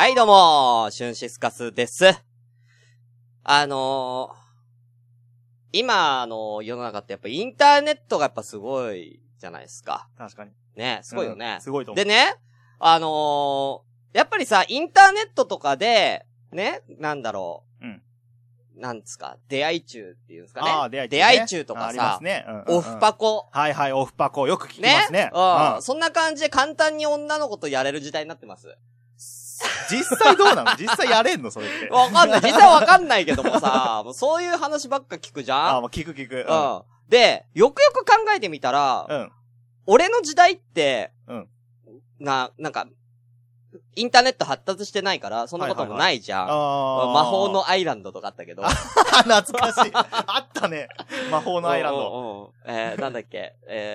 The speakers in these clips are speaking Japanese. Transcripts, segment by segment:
はいどうも、シュンシスカスです。今の世の中ってやっぱインターネットがやっぱすごいじゃないですか。 確かに。 ね、すごいよね。 すごいと思う。 でね、やっぱりさ、インターネットとかで、ね、なんだろう。なんですか、出会い中っていうんですかね。出会い中とかさ、ありますね。オフパコ。 はいはい、オフパコ。よく聞きますね。 そんな感じで簡単に女の子とやれる時代になってます。 実際どうなの？実際やれんのそれって。 わかんない。実際わかんないけどもさ、もうそういう話ばっか聞くじゃん？ もう聞く。 で、よくよく考えてみたら、俺の時代って、なんか、インターネット発達してないから、そんなこともないじゃん。魔法のアイランドとかあったけど。 懐かしい。あったね。魔法のアイランド。 なんだっけ、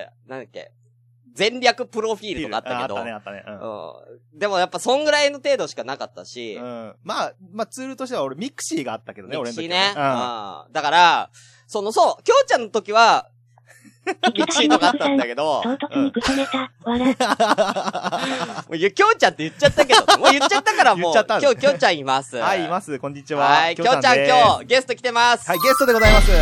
全略プロフィールとかあったけど。 あったね。 でもやっぱそんぐらいの程度しかなかったし。 まあ、ツールとしては俺ミクシーがあったけどね、俺の時は。 ミクシーね。だから、きょうちゃんの時は、ミクシーとかあったんだけど。 唐突に崩れた。笑きょうちゃんって言っちゃったけど。もう言っちゃったからもう。今日、きょうちゃんいます。 はい、います。こんにちは。 はい、きょうちゃん今日、ゲスト来てます。 はい、ゲストでございます。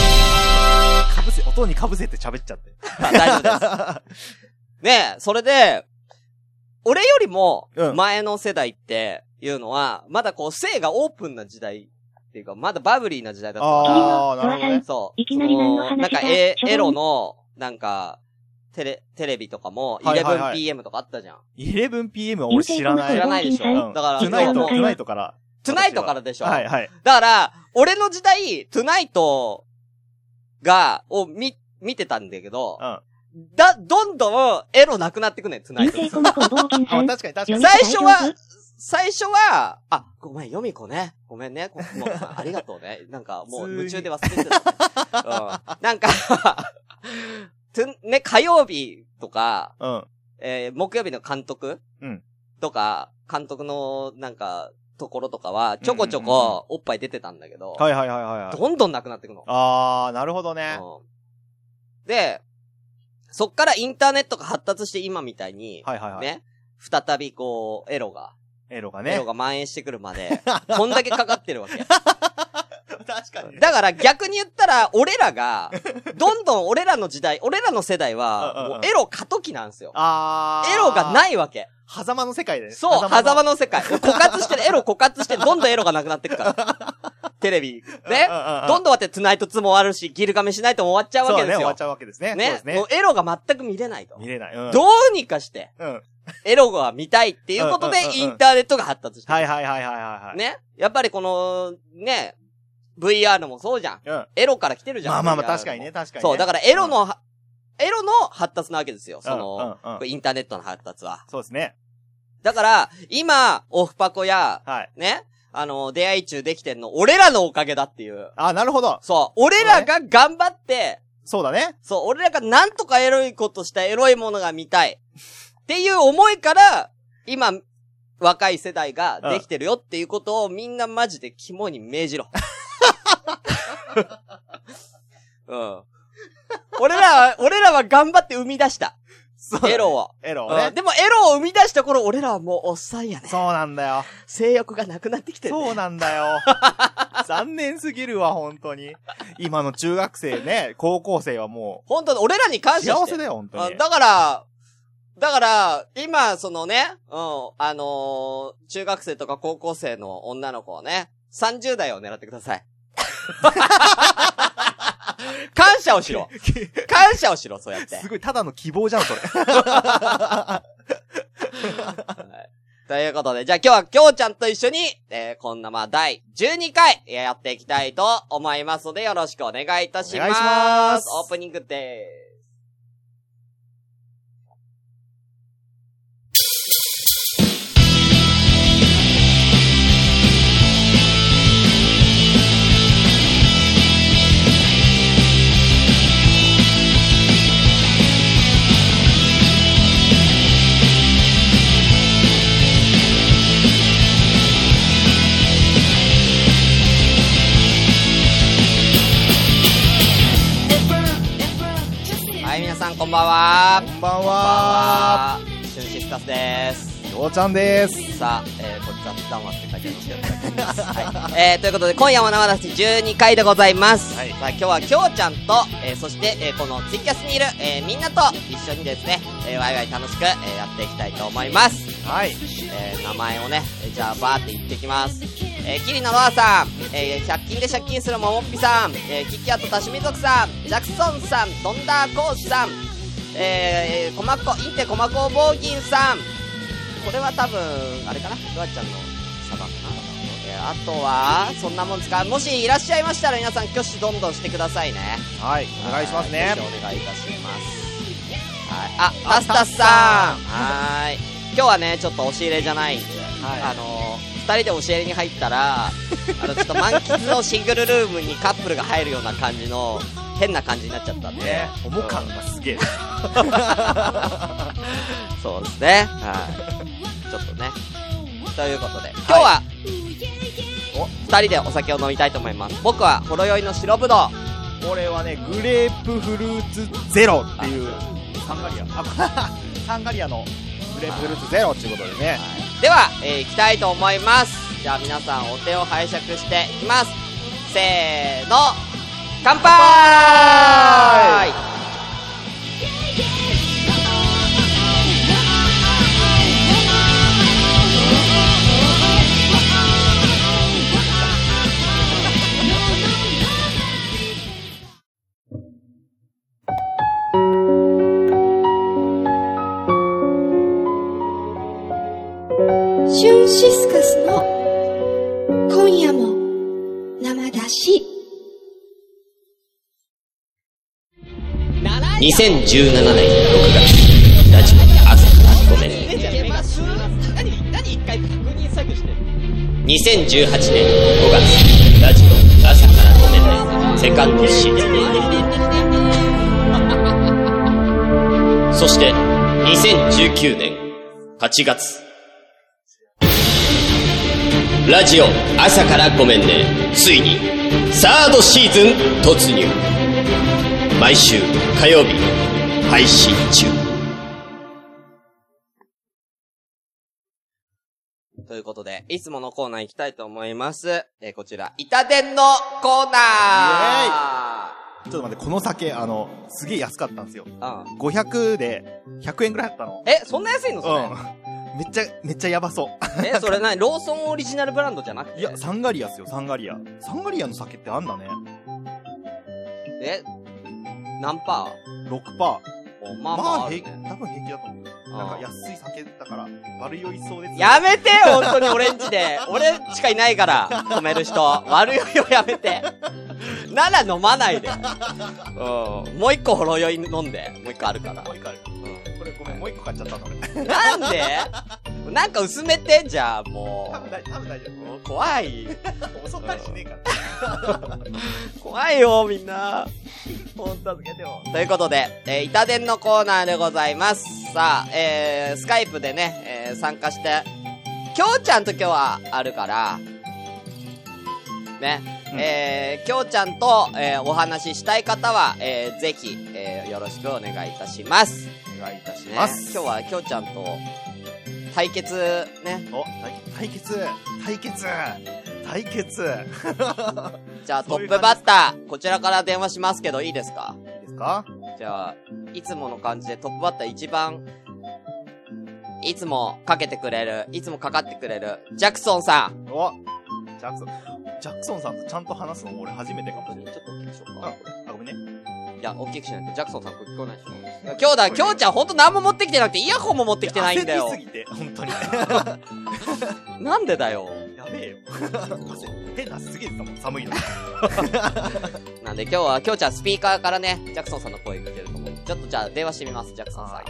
音に被せて喋っちゃって。 大丈夫です。ねえ、それで、俺よりも、前の世代っていうのは、まだこう、性がオープンな時代っていうか、まだバブリーな時代だったから。なるほどね。 そう。 いきなり何の話だ。 なんかエロの、なんか、テレビとかも、11PM とかあったじゃん。 11PM は俺知らない。 知らないでしょ。だから、 トゥナイトから。 トゥナイトからでしょ。 はいはい。 だから、俺の時代、トゥナイトを見てたんだけど、どんどんエロなくなってくね、トゥナイト。 確かに。 最初は、ごめん、ヨミコね。ごめんね。ありがとうね。なんか、もう夢中で忘れてた。なんか、火曜日とか、木曜日の監督とか、監督のなんか、ところとかは、ちょこちょこおっぱい出てたんだけど、どんどんなくなってくの。 なるほどね。 で、そっからインターネットが発達して今みたいに、ね、再びこう、エロが蔓延してくるまで、こんだけかかってるわけ。 確かに。 だから逆に言ったら、俺らが、どんどん俺らの世代は、もうエロ過渡期なんですよ。エロがないわけ。 狭間の世界で。 そう、狭間の世界。エロ枯渇して、どんどんエロがなくなってくから。テレビ。ね。どんどん終わって、トゥナイト2も終わるし、ギルガメしないとも終わっちゃうわけですよ。 終わっちゃうわけですね。 ね。もうエロが全く見れないと。 見れない。 どうにかして、エロが見たいっていうことで、インターネットが発達してる。 はい。 ね。やっぱりこの、ね、VR もそうじゃん。エロから来てるじゃん。 まあ、確かにね。 そう、だからエロの発達なわけですよ。インターネットの発達は。 そうですね。 だから、今、オフパコや、ね、出会い中できてんの、俺らのおかげだっていう。 なるほど。 そう、俺らが頑張って、 そうだね。 そう、俺らがなんとかエロいことしたエロいものが見たい。っていう思いから、今、若い世代ができてるよっていうことをみんなマジで肝に銘じろ。俺らは頑張って生み出した。エロを。 エロをね。 でもエロを生み出した頃、俺らはもうおっさんやね。 そうなんだよ。 性欲がなくなってきてる、ね。 そうなんだよ。残念すぎるわ、本当に。今の中学生ね、高校生はもう。 本当に俺らに感謝して。 幸せだよ、本当に。 だから、今、そのね、中学生とか高校生の女の子をね、30代を狙ってください。感謝をしろ、そうやって。 すごい、ただの希望じゃん、それ。 ということで、じゃあ今日はきょうちゃんと一緒に、こんな第12回やっていきたいと思いますので、よろしくお願いいたします。お願いします。オープニングでーす。こんばんは。 こんばんは。 シュンシスカスです。 ようちゃんです。 さあ、こち談話って書いてありますけど、はい。ということで、今夜も生出し12回でございます。はい。さあ、今日はきょうちゃんと、そして、このツイキャスにいる、みんなと一緒にですね、ワイワイ楽しく、やっていきたいと思います。はい。名前をね、じゃあバーって言ってきます。キリノロアさん、100均で借金するももっぴさん、キキアと多趣味族さん、ジャクソンさん、ドンダーコースさん、インテコマコボーギンさん、これは多分あれかな、ドアちゃんのサバかな。あとはそんなもんですか。もしいらっしゃいましたら皆さん挙手どんどんしてくださいね。はい、お願いしますね。お願いいたします。はい、あ、タスタスさん、はい、今日はねちょっと押し入れじゃないんで、はい、2人で押し入れに入ったらちょっと満喫のシングルルームにカップルが入るような感じの変な感じになっちゃったんで、ね、 重感がすげえそうですね、はい、ちょっとね、ということで今日は、2人でお酒を飲みたいと思います。僕はほろ酔いの白ぶどう、 これはねグレープフルーツゼロっていうサンガリアサンガリアのグレープフルーツゼロっていうことでね、はい、 では、行きたいと思います。じゃあ皆さんお手を拝借していきます。せーの、乾杯。 シュンシスカスの今夜も生出し。 2017年6月、ラジオ朝からごめんね。何一回確認詐欺してる。2018年5月、ラジオ朝からごめんね。セカンドシーズン。そして2019年8月、ラジオ朝からごめんね、ついにサードシーズン突入。毎週火曜日配信中ということで、いつものコーナー行きたいと思います。こちら板伝のコーナー。ちょっと待って、この酒すげえ安かったんですよ。500で100円くらいだったの。 そんな安いのそれ。 めっちゃやばそう。 それ何ローソンオリジナルブランドじゃなくて？ いや、サンガリアっすよ、サンガリア。サンガリアの酒ってあんだね。 何パー ?6 パー。まあ、 多分平気だと思う。なんか安い酒だから、悪酔いしそうです。 やめてよ、本当に俺んちで。俺しかいないから、止める人。悪酔いをやめて。なら飲まないで。もう一個ほろ酔い飲んで。もう一個あるから。 もう一個ある。これごめん、もう一個買っちゃったの俺。 なんでなんか薄めてんじゃん、もう。 多分大丈夫。 怖い。 襲ったりしねえから。 怖いよ、みんな。ほんと助けてよ。ということで、板伝のコーナーでございます。さあ、スカイプでね、参加して、きょうちゃんと今日はあるから、ね、きょうちゃんと、お話ししたい方は、ぜひ、よろしくお願いいたします。 お願いいたします。 今日はきょうちゃんと、対決、ね。 対決じゃあトップバッター、こちらから電話しますけどいいですか？ いいですか？ じゃあ、いつもの感じでトップバッター一番、いつもかけてくれる、いつもかかってくれる、ジャクソンさん。 ジャクソンさんとちゃんと話すの俺初めてかもしれない。 ちょっと大きくしようか。 ごめんね。 いや、大きくしないとジャクソンさんこれ聞こえないでしょ。きょうちゃんほんと何も持ってきてなくて、イヤホンも持ってきてないんだよ。 焦りすぎて、ほんとに。 なんでだよ。 やべえよ。変なすげえだもん、寒いの。 なんで今日は、きょうちゃんスピーカーからね、ジャクソンさんの声が出ると思う。ちょっとじゃあ電話してみます、ジャクソンさん。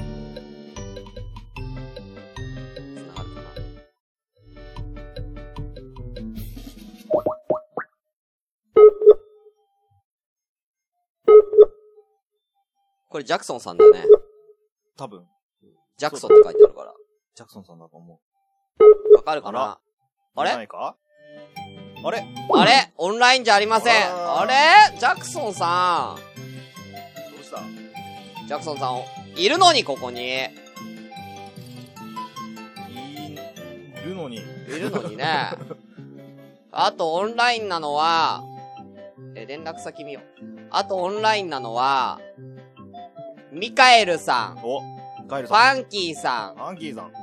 これジャクソンさんだよね。 多分。 ジャクソンって書いてあるから。 ジャクソンさんだと思う。わかるかな？あれ？ ないか？あれ？ オンラインじゃありません。あれ？ジャクソンさん。 どうした？ ジャクソンさん、いるのにここに。 るのに。 いるのにね。あとオンラインなのは、連絡先見よう。あとオンラインなのは、ミカエルさん。 お、ミカエルフさん。 ァンキーさん。 ファンキーさん。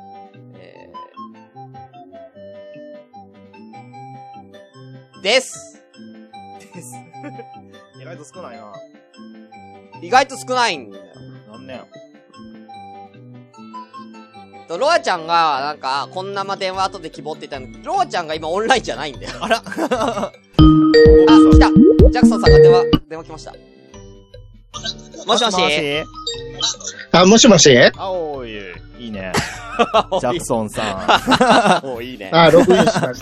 です。 です。意外と少ないな。 意外と少ないんだよ。 なんねん。 ロアちゃんが、なんか、こんな電話後で希望って言ったの。ロアちゃんが今オンラインじゃないんだよ。 あら。 あ、来た。ジャクソンさんが電話来ました。もしもし。 あ、もしもしあ、おい、いいね。ジャクソンさん。おいいね。 あ、ログインしました。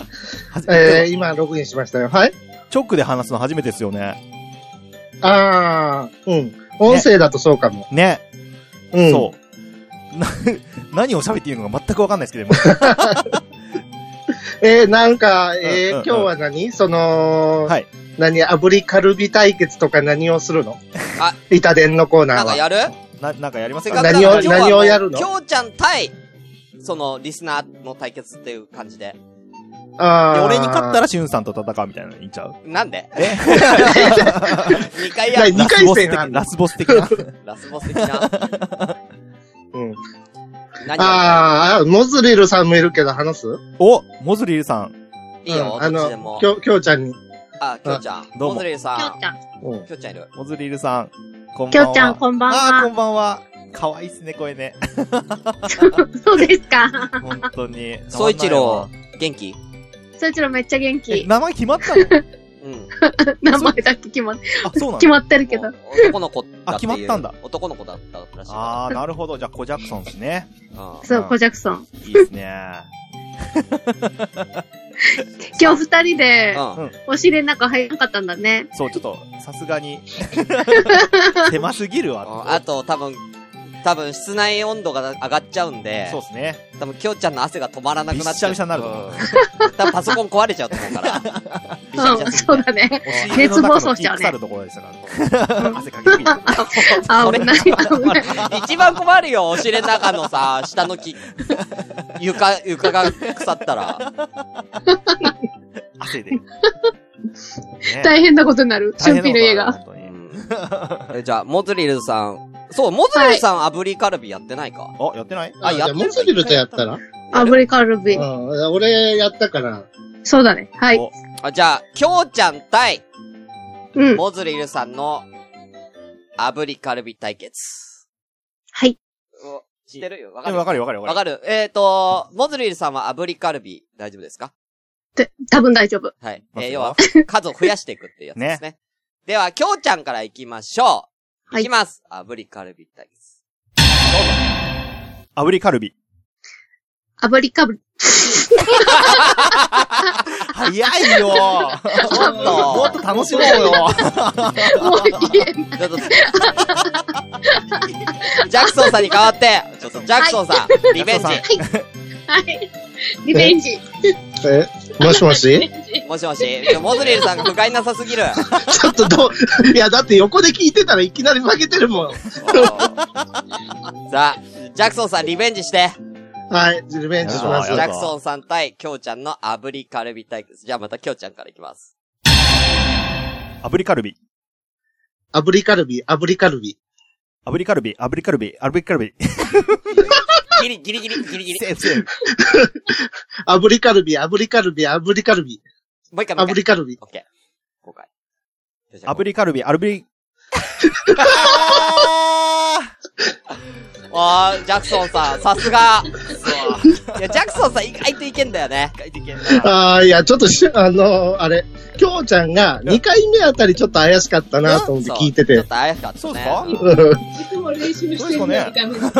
今ログインしましたよ。はい。 直で話すの初めてですよね。 あー、うん。音声だとそうかも。 ね。 うん。 そう。何を喋っていいのか全くわかんないですけど。 なんか、今日は何はい。何、炙りカルビ対決とか何をするの？あ、板伝のコーナーは。 なんかやる？ なんかやりますか？何をやるの？ きょうちゃん対、リスナーの対決っていう感じで。 俺に勝ったらシュンさんと戦うみたいなのいいんちゃう？ なんで？2回やる。 2回戦ラスボス的な。 ラスボス的な。 うん。モズリルさんもいるけど話す？ お、モズリルさん。 いいよ、どっちでも。 きょうちゃんに。 きょうちゃん。モズリルさん。 きょうちゃん。 きょうちゃんいる。 モズリルさん。こんばんは。 きょうちゃん、こんばんは。 こんばんは。かわいいっすね、声ね。 そうですか。 本当に。 ソイチロー、元気？ ソイチローめっちゃ元気。 名前決まったの？ うん。名前だけ決まって。 あ、そうなの？ 決まってるけど。 男の子だっていう。 決まったんだ。 男の子だったらしい。 なるほど。じゃあ、コジャクソンですね。 そう、コジャクソン。 いいですね。 今日二人で、お尻の中入らなかったんだね。 そう、ちょっと、さすがに、狭すぎるわ。 あと、多分、室内温度が上がっちゃうんで。 そうですね。 多分、きょうちゃんの汗が止まらなくなっちゃう。 びしゃびしゃになると思う。 多分、パソコン壊れちゃうと思うから。 うん、そうだね。熱暴走しちゃうね。 腐るところでしたから。汗かきすぎて。 危ない。 一番困るよ、お尻の中のさ、下の床が腐ったら。 汗で。 大変なことになる。春辟の家が。 じゃあ、モズリルさん。そう、モズリルさん炙りカルビやってないか？ やってない？ やってる。モズリルとやったら？ 炙りカルビ。 俺やったから。 そうだね。はい。 じゃあ、きょうちゃん対、 モズリルさんの炙りカルビ対決。 はい。 知ってるよ。わかる。 モズリルさんは炙りカルビ大丈夫ですか？ 多分大丈夫。 はい。要は、数を増やしていくっていうやつですね。では、きょうちゃんから行きましょう。いきます。炙りカルビ対決。 炙りカルビ。 炙りカルビ。 早いよ。ちょっと。もっと楽しもうよ。もう言えない。 ジャクソンさんに代わって、ちょっとジャクソンさん、リベンジ。はい。 リベンジ。 もしもしもしもし。モズリルさんが不甲斐なさすぎる。 ちょっといや、だって横で聞いてたらいきなり負けてるもん。 さあ、ジャクソンさんリベンジして。 はい、リベンジします。 ジャクソンさん対きょうちゃんの炙りカルビ対決。じゃあまたきょうちゃんからいきます。 炙りカルビ。 炙りカルビ、炙りカルビ。 炙りカルビ、炙りカルビ、炙りカルビ。 ギリギリ。 セーフ。 炙りカルビ、炙りカルビ、炙りカルビ。 もう一回。 炙りカルビ。 オッケー。5回。 炙りカルビ、炙り。 ジャクソンさん、さすが。いや、ジャクソンさん意外といけんだよね。 いや、ちょっとあれ、きょうちゃんが2回目あたりちょっと怪しかったなと思って聞いてて。 ちょっと怪しかったね。 そうですか？ いつも練習してるね。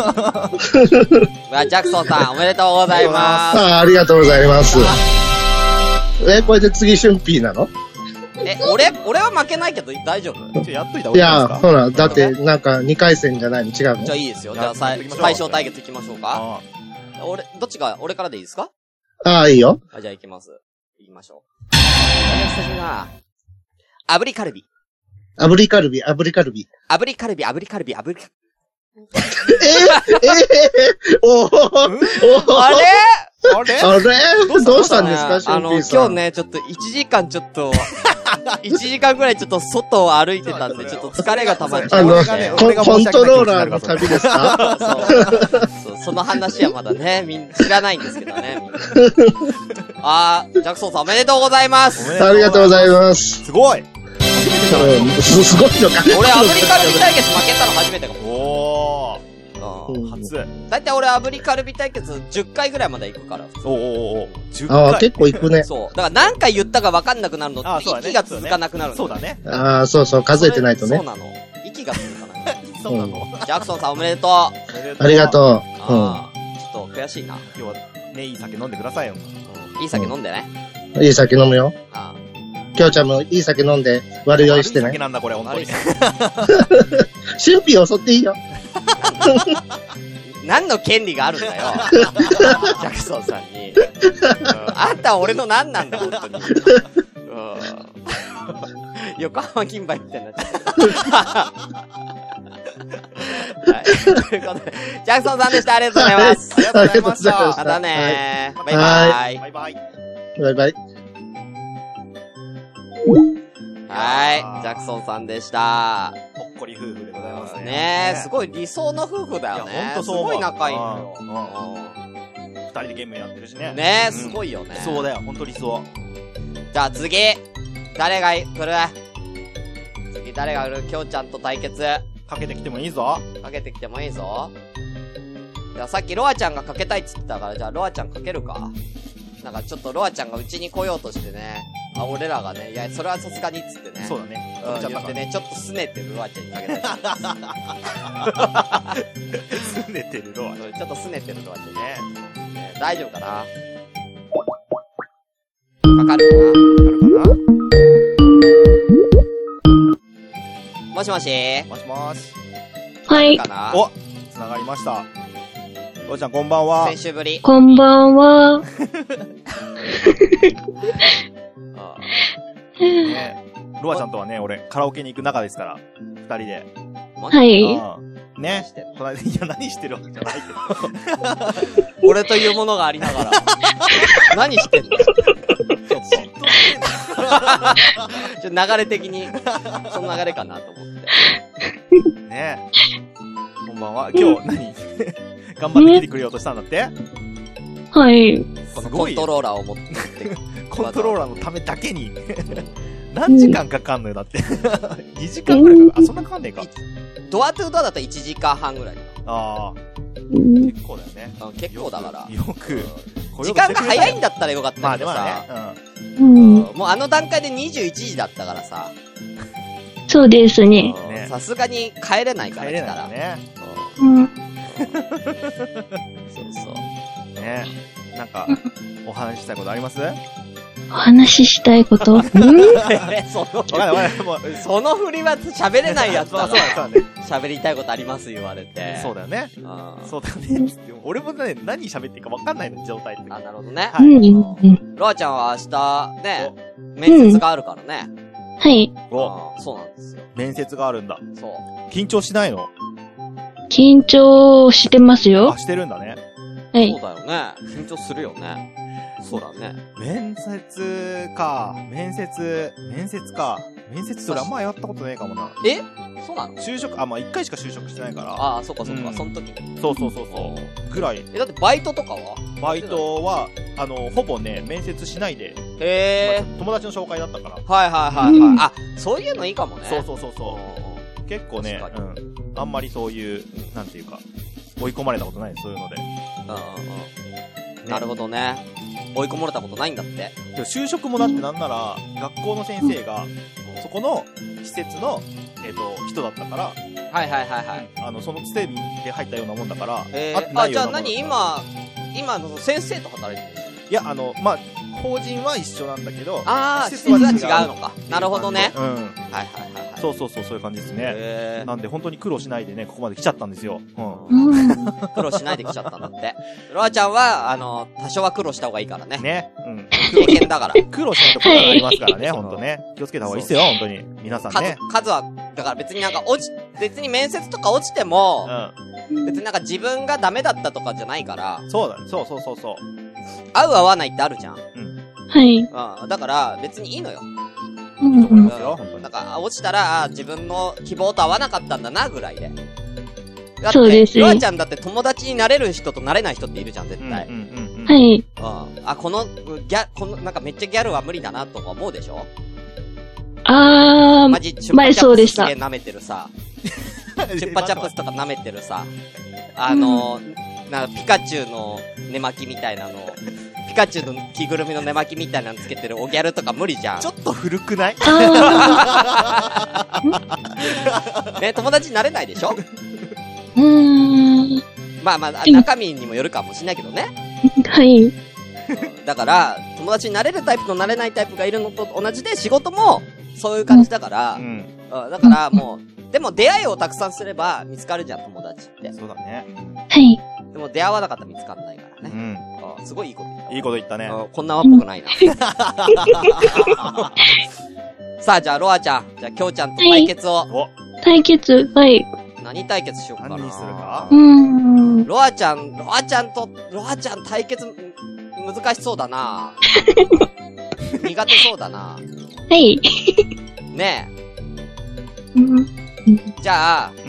ジャクソンさん、おめでとうございます。 ありがとうございます。これで次春辟なの？ 俺は負けないけど大丈夫？ やっといた方がいいですか？ いや、ほら、だってなんか2回戦じゃないの違うの？ じゃあいいですよ。じゃあ最小対決いきましょうか。俺からでいいですか？ いいよ。 じゃあ行きます。行きましょう。久しぶりだ。炙りカルビ。 炙りカルビ、炙りカルビ。 炙りカルビ、炙りカルビ、炙りカルビ。 おあれあれどうしたんですか、シュンピーさん。 今日ね、ちょっと1時間1時間ぐらいちょっと外を歩いてたんで、ちょっと疲れが溜まっちゃう。 コントローラーの旅ですか？ そう、その話はまだね、知らないんですけどね。ジャクソンさんおめでとうございます。 ありがとうございます。 すごい。 すごいのか。 俺、炙りカルビ対決負けたの初めてかも。 おー。初。 だいたい俺、炙りカルビ対決10回ぐらいまで行くから。 10回。 結構行くね。 そう。だから何回言ったか分かんなくなるのって、息が続かなくなるそうだね。 そうそう、数えてないとね。 そうなの。息が続かない。そうなの。ジャクソンさんおめでとう。 ありがとう。 ちょっと悔しいな。 今日はね、いい酒飲んでくださいよ。 いい酒飲んでね。 いい酒飲むよ。きょうちゃんもいい酒飲んで悪酔いしてね。 いい酒なんだこれ、ほんとに。 神秘を襲っていいよ。 何の権利があるんだよ。ジャクソンさんに。あんたは俺の何なんだ、本当に。横浜金杯みたいになっちゃった。はい。ということで、ジャクソンさんでした。ありがとうございます。 ありがとうございました。 またねー。バイバイ。 バイバイ。 バイバイ。 はい。ジャクソンさんでした。 ほっこり夫婦でございますね。 ねえ、すごい理想の夫婦だよね。 ほんとそう。 すごい仲いいのよ。 二人でゲームやってるしね。 ねえ、すごいよね。 そうだよ、ほんと理想。 じゃあ次、誰が来る？次誰が来る？きょうちゃんと対決。 かけてきてもいいぞ。 かけてきてもいいぞ。じゃあさっきロアちゃんがかけたいっつってたから、じゃあロアちゃんかけるか。なんかちょっとロアちゃんがうちに来ようとしてね。俺らがね、いや、それはさすがにっつってね。 そうだね。 言ってね、ちょっと拗ねてるロアちゃんにかけたい。 拗ねてるロアちゃん。 ちょっと拗ねてるロアちゃんね。大丈夫かな？かかるかな？もしもし？ もしもし。 はい。 お、繋がりました。ロアちゃんこんばんは。 先週ぶり。 こんばんは。 ね、ロアちゃんとはね、俺、カラオケに行く仲ですから、二人で。 はい。 ね。この間、いや、何してるわけじゃないけど。 俺というものがありながら。何してんの？ちょっと。流れ的に、その流れかなと思って。 ね。こんばんは。今日、何頑張って来てくれようとしたんだって？ はい。 このコントローラーを持って。 コントローラーのためだけに何時間かかんのよ、だって。2時間くらいかかる。そんなかかんねえか。 ドアトゥードアだったら1時間半ぐらい。 ああ。結構だよね。 結構だから。 よく。 時間が早いんだったらよかったけどさ。もうあの段階で21時だったからさ。 そうですね。 さすがに帰れないから来たら。 ね。 そうそう。 ね。なんか、お話ししたいことあります？ お話ししたいことその振りは喋れないやつだな。 そうだね。 喋りたいことあります言われて。 そうだよね。そうだね。俺もね、何喋っていいか分かんないの、状態って。 なるほどね。 はい。 ロアちゃんは明日、ね、面接があるからね。 はい。 そうなんですよ。 面接があるんだ。 そう。 緊張しないの？ 緊張してますよ。 してるんだね。 はい。 そうだよね。緊張するよね。そうだね。 面接か。面接って俺あんまやったことねえかもな。 え？そうなの？ 就職、まあ一回しか就職してないから。 ああ、そっかそっか、その時に。 そう。ぐらい。 だってバイトとかは？ バイトは、ほぼね、面接しないで。友達の紹介だったから。 はい。あ、そういうのいいかもね。 そう。結構ね、あんまりそういう、なんていうか、追い込まれたことないそういうので。 なるほどね。追い込まれたことないんだって。 就職もだってなんなら、学校の先生が、そこの施設の、人だったから。 はい。 そのつてで入ったようなもんだから。 じゃあ何今の先生と働いてる？ いや、まあ、法人は一緒なんだけど、 施設は違うのか。なるほどね。はい。 そういう感じですね。なんで本当に苦労しないでね、ここまで来ちゃったんですよ。 苦労しないで来ちゃったんだって。ロアちゃんは、多少は苦労した方がいいからね。 ね。 経験だから。 苦労しないところがありますからね、本当ね。気をつけた方がいいですよ、本当に。皆さんね。 数は、だから別になんか別に面接とか落ちても、別になんか自分がダメだったとかじゃないから。 そうだ、そう。 合う合わないってあるじゃん。 はい。 だから、別にいいのよ。 なんか、落ちたら、自分の希望と合わなかったんだな、ぐらいで。 そうですね。 ロアちゃんだって友達になれる人となれない人っているじゃん、絶対。 はい。 この、なんかめっちゃギャルは無理だな、とか思うでしょ？マジ、チュッパチャップスすげえ舐めてるさ。チュッパチャップスとか舐めてるさ。なんかピカチュウの寝巻きみたいなの、ピカチュウの着ぐるみの寝巻きみたいなのつけてるおギャルとか無理じゃん。 ちょっと古くない？ ね、友達になれないでしょ？まあ、中身にもよるかもしれないけどね。 はい。 だから、友達になれるタイプとなれないタイプがいるのと同じで、仕事もそういう感じだから、だからもう、でも出会いをたくさんすれば見つかるじゃん、友達って。 そうだね。 はい。 でも出会わなかったら見つかんないからね。すごいいいこと言った。 いいこと言ったね。 こんなわっぽくないな。さあ、じゃあ、ロアちゃん。じゃあ、きょうちゃんと対決を。 対決、はい。 何対決しようかな。 何にするか？ ロアちゃん対決、難しそうだな。苦手そうだな。 はい。 ねえ。じゃあ、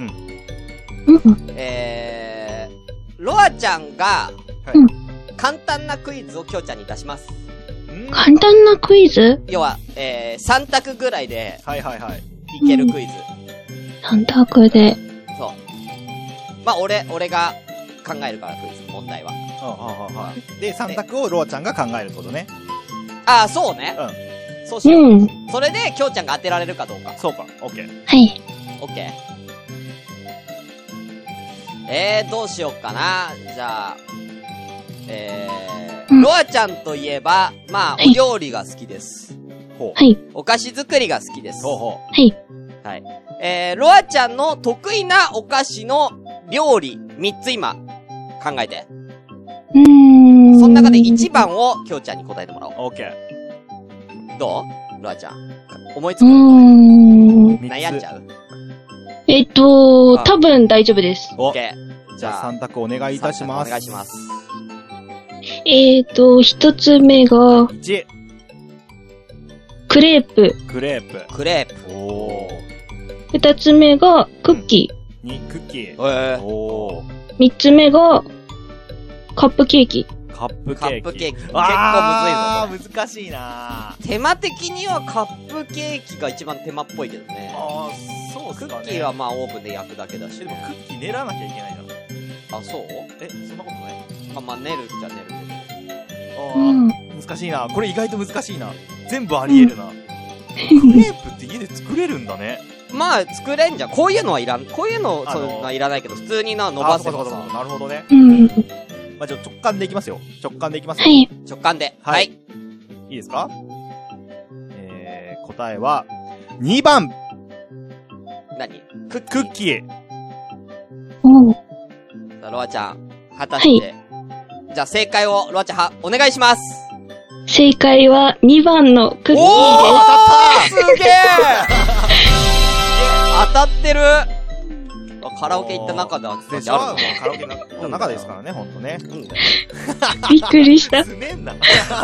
ロアちゃんが、簡単なクイズをきょうちゃんに出します。 簡単なクイズ？ 要は、3択ぐらいで、いけるクイズ。 3択で。 そう。まあ、俺が考えるから、クイズ、問題は。 で、3択をロアちゃんが考えるってことね。 ああ、そうね。そうしよう。それで、きょうちゃんが当てられるかどうか。 そうか、オッケー。 はい。 オッケー。どうしよっかな。じゃあ、ロアちゃんといえば、まあ、お料理が好きです。 はい。 お菓子作りが好きです。 はい。 はい。ロアちゃんの得意なお菓子の料理、3つ今、考えて。その中で1番をきょうちゃんに答えてもらおう。 オッケー。 どう？ロアちゃん。思いつく？悩んじゃう？ 多分大丈夫です。 オッケー。じゃあ3択お願いいたします。 お願いします。 1つ目が、 1。 クレープ。 クレープ。おー。 2つ目が、クッキー。2、クッキー。 おー。3つ目が、カップケーキ。 カップケーキ。 結構むずいぞ。 難しいな手間的にはカップケーキが一番手間っぽいけどね。 そうっすかね。 クッキーはまあオーブンで焼くだけだし。 でもクッキー練らなきゃいけないじゃん。 あ、そう？ そんなことない？ まあ練るっちゃ練るけど。難しいな。これ意外と難しいな。全部あり得るな。クレープって家で作れるんだね。 まあ、作れんじゃん。こういうのはいらん。こういうのはいらないけど、普通に伸ばせばさ。 なるほどね。まあ、じゃあ直感でいきますよ。直感でいきますよ。 はい。 直感で。はい。 いいですか？答えは、2番。 何？ クッキー。 さあ、ロアちゃん、果たして。じゃあ正解を、ロアちゃんお願いします。 正解は2番のクッキーです。 すげえ当たってる。カラオケ行った中で当ててある。 カラオケ行った中ですからね、ほんとね。 びっくりした。 すめんな。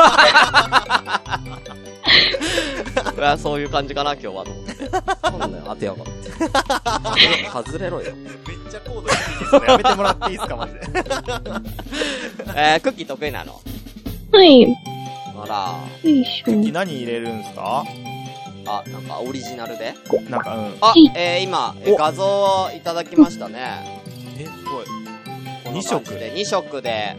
そういう感じかな、今日は。そうなんだよ、当てやがって。外れろよ。 めっちゃ高度低いですね。やめてもらっていいですか、マジで。 クッキー得意なの？ はい。 あら。 クッキー何入れるんすか？ なんかオリジナルで？ なんか、 今、画像をいただきましたね。 すごい。 2色で。2色で。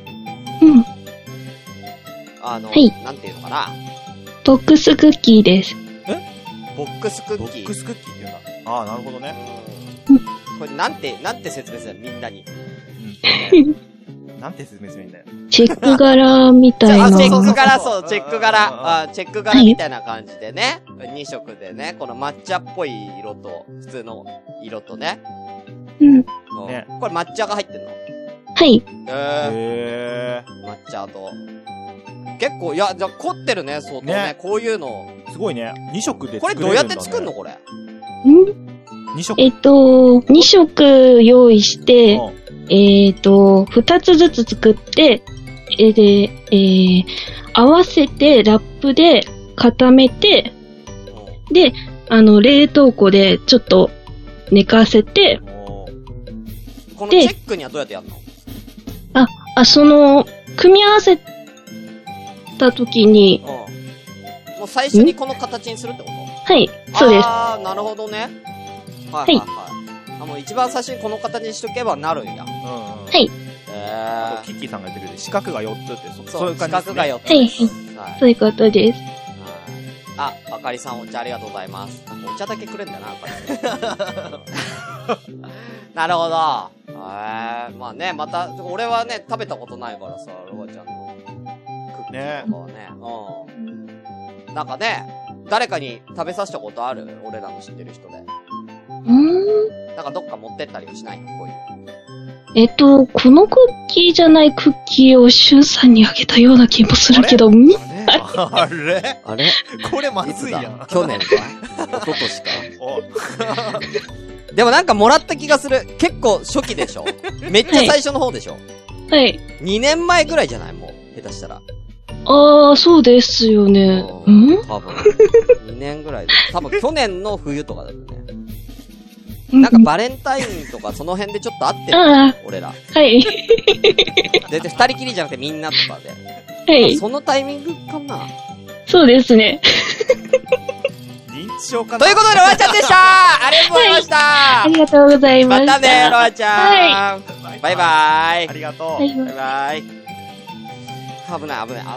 なんていうのかな。 ボックスクッキーです。 ボックスクッキー？ ボックスクッキーって言うんだ。なるほどね。 これなんて説明するの？みんなに。 なんて説明するんだよ。 チェック柄みたいな。 チェック柄、そう、チェック柄。チェック柄みたいな感じでね。2色でね、この抹茶っぽい色と、普通の色とね。これ抹茶が入ってんの？ はい。 抹茶と。結構、いや、じゃあ凝ってるね、相当ね。こういうの。 すごいね。2色で作れるんだね。これどうやって作るのこれ ？2色 2色用意して、2つずつ作って、 絵で、合わせてラップで固めて、で、冷凍庫でちょっと寝かせて、 このチェックにはどうやってやるの？ 組み合わせた時に、 もう最初にこの形にするってこと？ はい、そうです。 あー、なるほどね。はいはいはい。もう一番最初にこの形にしとけばなるんや。 はい。 あとキッキーさんが言ってるように四角が4つってそういう感じですね。 四角が4つ。 はい。そういうことです。 あかりさんお茶ありがとうございます。お茶だけくれんだな、あかり。なるほど。まあね、また、俺はね、食べたことないからさ、ロバちゃんのクッキーとかはね。なんかね、誰かに食べさせたことある？俺らの知ってる人で。なんかどっか持ってったりしないの？こういうの。このクッキーじゃないクッキーをシュンさんにあげたような気もするけど、 あれこれまずいやん。 去年か一昨年かでもなんかもらった気がする。結構初期でしょ？めっちゃ最初の方でしょ？ はい。 2年前ぐらいじゃない？もう、下手したら。 そうですよね。 多分。2年ぐらいで。多分去年の冬とかだったね。なんかバレンタインとかその辺でちょっと会ってる、俺ら。 はい。 で、二人きりじゃなくてみんなとかで。 はい。 そのタイミングかな？ そうですね。 認知症かな？ ということで、ロアちゃんでしたありがとうございました、 ありがとうございました。 またね、ロアちゃん。バイバイ。 ありがとう。 バイバイ。危ない。危ね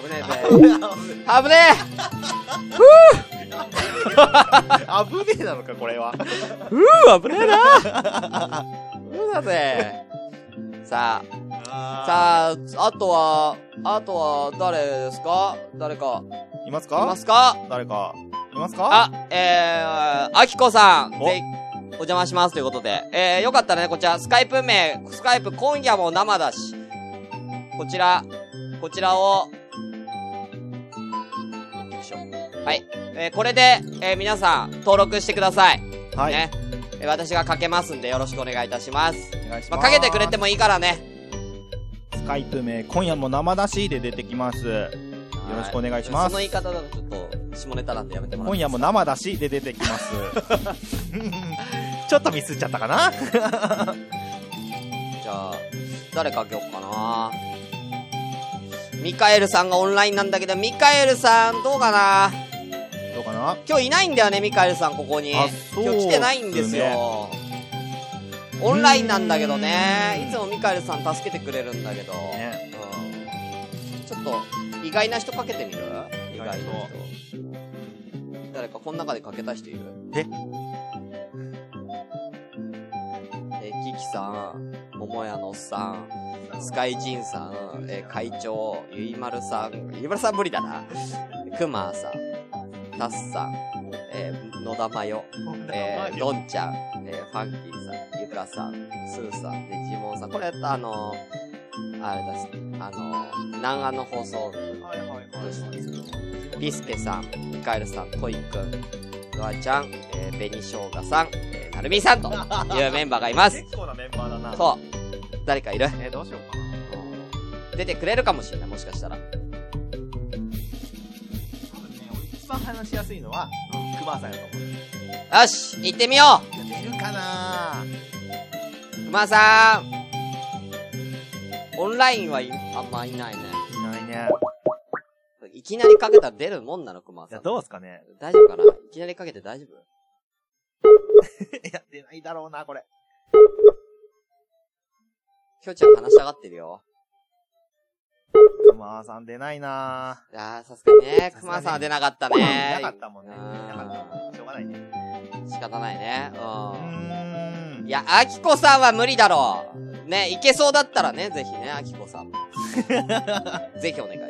えなのか、これは。 危ねえなだぜ。さあ、あとは、誰ですか？誰か。 いますか？誰か。いますか？ あきこさん。お邪魔しますということで。よかったらね、こちら、スカイプ今夜も生だし。こちらを、はい。これで、皆さん、登録してください。はい。ね。私がかけますんで、よろしくお願いいたします。 お願いします。 かけてくれてもいいからね。 スカイプ名、今夜も生出しで出てきます。よろしくお願いします。 その言い方だとちょっと、下ネタなんでやめてもらって。 今夜も生出しで出てきます。ちょっとミスっちゃったかなじゃあ、誰かけようかな。ミカエルさんがオンラインなんだけど、ミカエルさんどうかな？今日いないんだよね、ミカエルさんここに。今日来てないんですよ。オンラインなんだけどね。いつもミカエルさん助けてくれるんだけど。ちょっと、意外な人かけてみる？意外な人。誰かこの中でかけた人いる？キキさん、桃屋のおっさん、スカイジンさん、会長、ゆいまるさん無理だな。くまーさん、タッさん、野田まよ、どんちゃん、ファンキーさん、ゆかさん、スーさん、ジモンさん。これあれだす、南アの放送部。ビスケさん、ミカエルさん、トイくん、ドアちゃん、紅しょうがさん、なるみさんというメンバーがいます。 結構なメンバーだな。 そう。誰かいる？ どうしようかな。 出てくれるかもしれない、もしかしたら。 一番話しやすいのは、クマさんやと思う。 よし、行ってみよう！ 出るかな？ クマさん。オンラインはあんまいないね。 いないね。 いきなりかけたら出るもんなの、クマさん。 いや、どうすかね？ 大丈夫かな？いきなりかけて大丈夫？ いや、出ないだろうな、これ。 きょうちゃん話したがってるよ。 クマさん出ないなぁ。 いやー、さすがにね、クマさんは出なかったね。 出なかったもんね。しょうがないね。 仕方ないね。いや、アキコさんは無理だろう。ね、いけそうだったらね、ぜひね、アキコさんも。ぜひお願い